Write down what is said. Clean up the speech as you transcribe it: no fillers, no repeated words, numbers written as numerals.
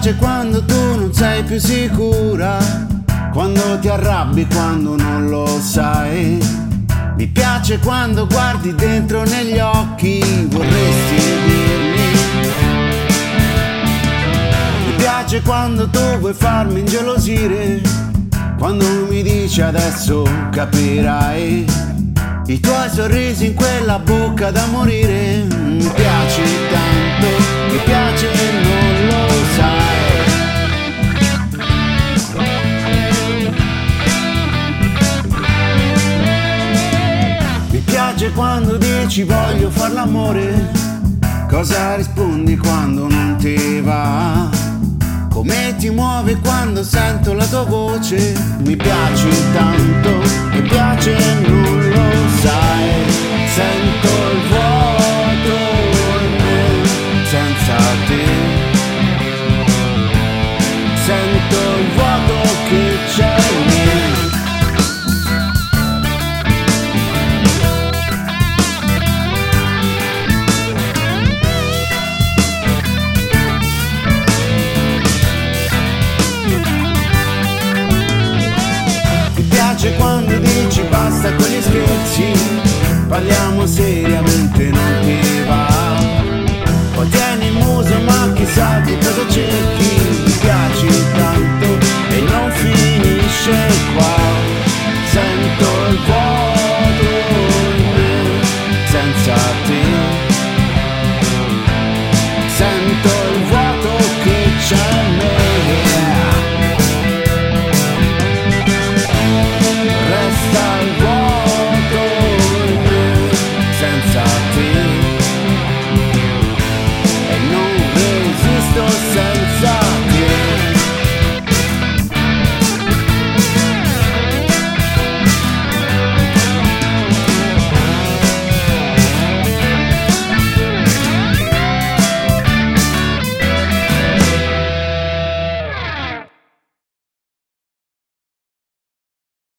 piace quando tu non sei più sicura, quando ti arrabbi, quando non lo sai. Mi piace quando guardi dentro negli occhi, vorresti dirmi. Mi piace quando tu vuoi farmi ingelosire, quando mi dici adesso capirai. I tuoi sorrisi in quella bocca da morire. Mi piaci tanto, mi piace e non lo sai. Mi piace quando dici voglio far l'amore, cosa rispondi quando non ti va? Come ti muovi quando sento la tua voce? Mi piaci tanto, mi piace e non lo sai. Sento il vuoto in me senza te. Sento il vuoto che c'è in me. Quando dici basta con gli scherzi, parliamo seriamente, non ti va. Poi tieni il muso ma chissà che cosa cerchi. Mi piaci tanto e non finisce qua. Sento il vuoto in me senza te. Sento